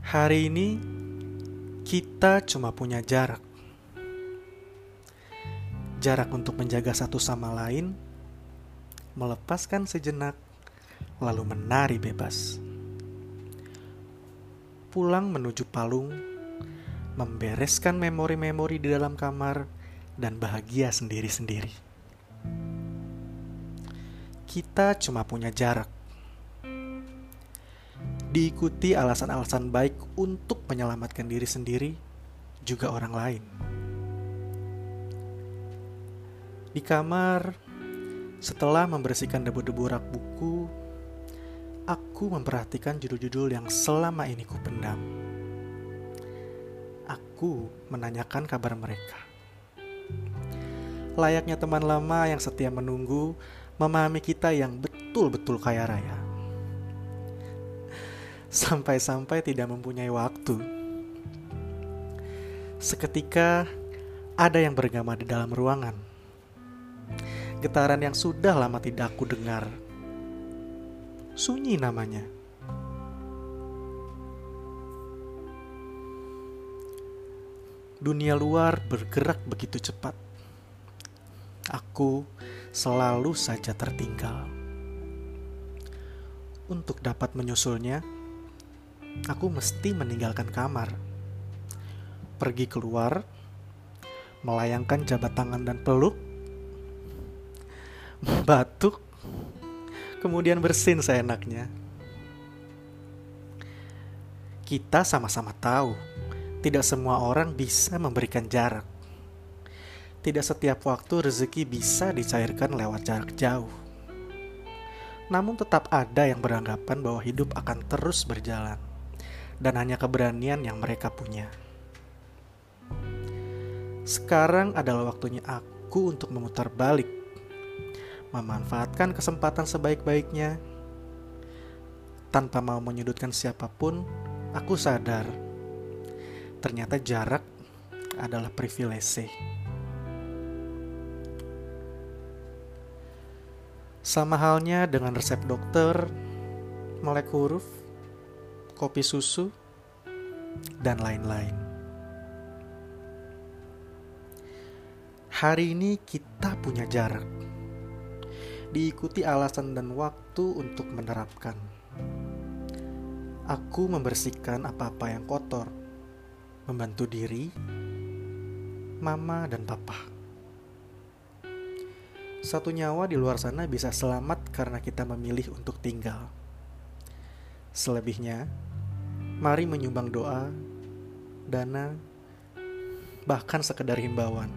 Hari ini kita cuma punya jarak. Jarak untuk menjaga satu sama lain, melepaskan sejenak, lalu menari bebas. Pulang menuju palung, membereskan memori-memori di dalam kamar, dan bahagia sendiri-sendiri. Kita cuma punya jarak. Diikuti alasan-alasan baik untuk menyelamatkan diri sendiri, juga orang lain. Di kamar, setelah membersihkan debu-debu rak buku, aku memperhatikan judul-judul yang selama ini kupendam. Aku menanyakan kabar mereka. Layaknya teman lama yang setia menunggu, memahami kita yang betul-betul kaya raya. Sampai-sampai tidak mempunyai waktu. Seketika ada yang bergema di dalam ruangan. Getaran yang sudah lama tidak aku dengar. Sunyi namanya. Dunia luar bergerak begitu cepat. Aku selalu saja tertinggal. Untuk dapat menyusulnya, aku mesti meninggalkan kamar, pergi keluar, melayangkan jabat tangan dan peluk, batuk, kemudian bersin seenaknya. Kita sama-sama tahu, tidak semua orang bisa memberikan jarak. Tidak setiap waktu rezeki bisa dicairkan lewat jarak jauh. Namun tetap ada yang beranggapan bahwa hidup akan terus berjalan. Dan hanya keberanian yang mereka punya. Sekarang adalah waktunya aku untuk memutar balik, memanfaatkan kesempatan sebaik-baiknya. Tanpa mau menyudutkan siapapun, aku sadar ternyata jarak adalah privilege. Sama halnya dengan resep dokter, melek huruf, kopi susu, dan lain-lain. Hari ini kita punya jarak. Diikuti alasan dan waktu untuk menerapkan. Aku membersihkan apa-apa yang kotor, membantu diri, mama dan papa. Satu nyawa di luar sana bisa selamat karena kita memilih untuk tinggal. Selebihnya, mari menyumbang doa, dana, bahkan sekedar himbauan.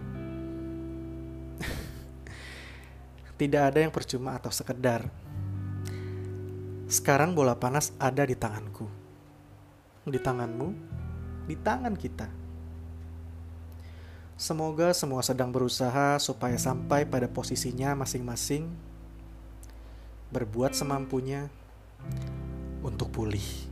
Tidak ada yang percuma atau sekedar. Sekarang bola panas ada di tanganku, di tanganmu, di tangan kita. Semoga semua sedang berusaha supaya sampai pada posisinya masing-masing, berbuat semampunya untuk pulih.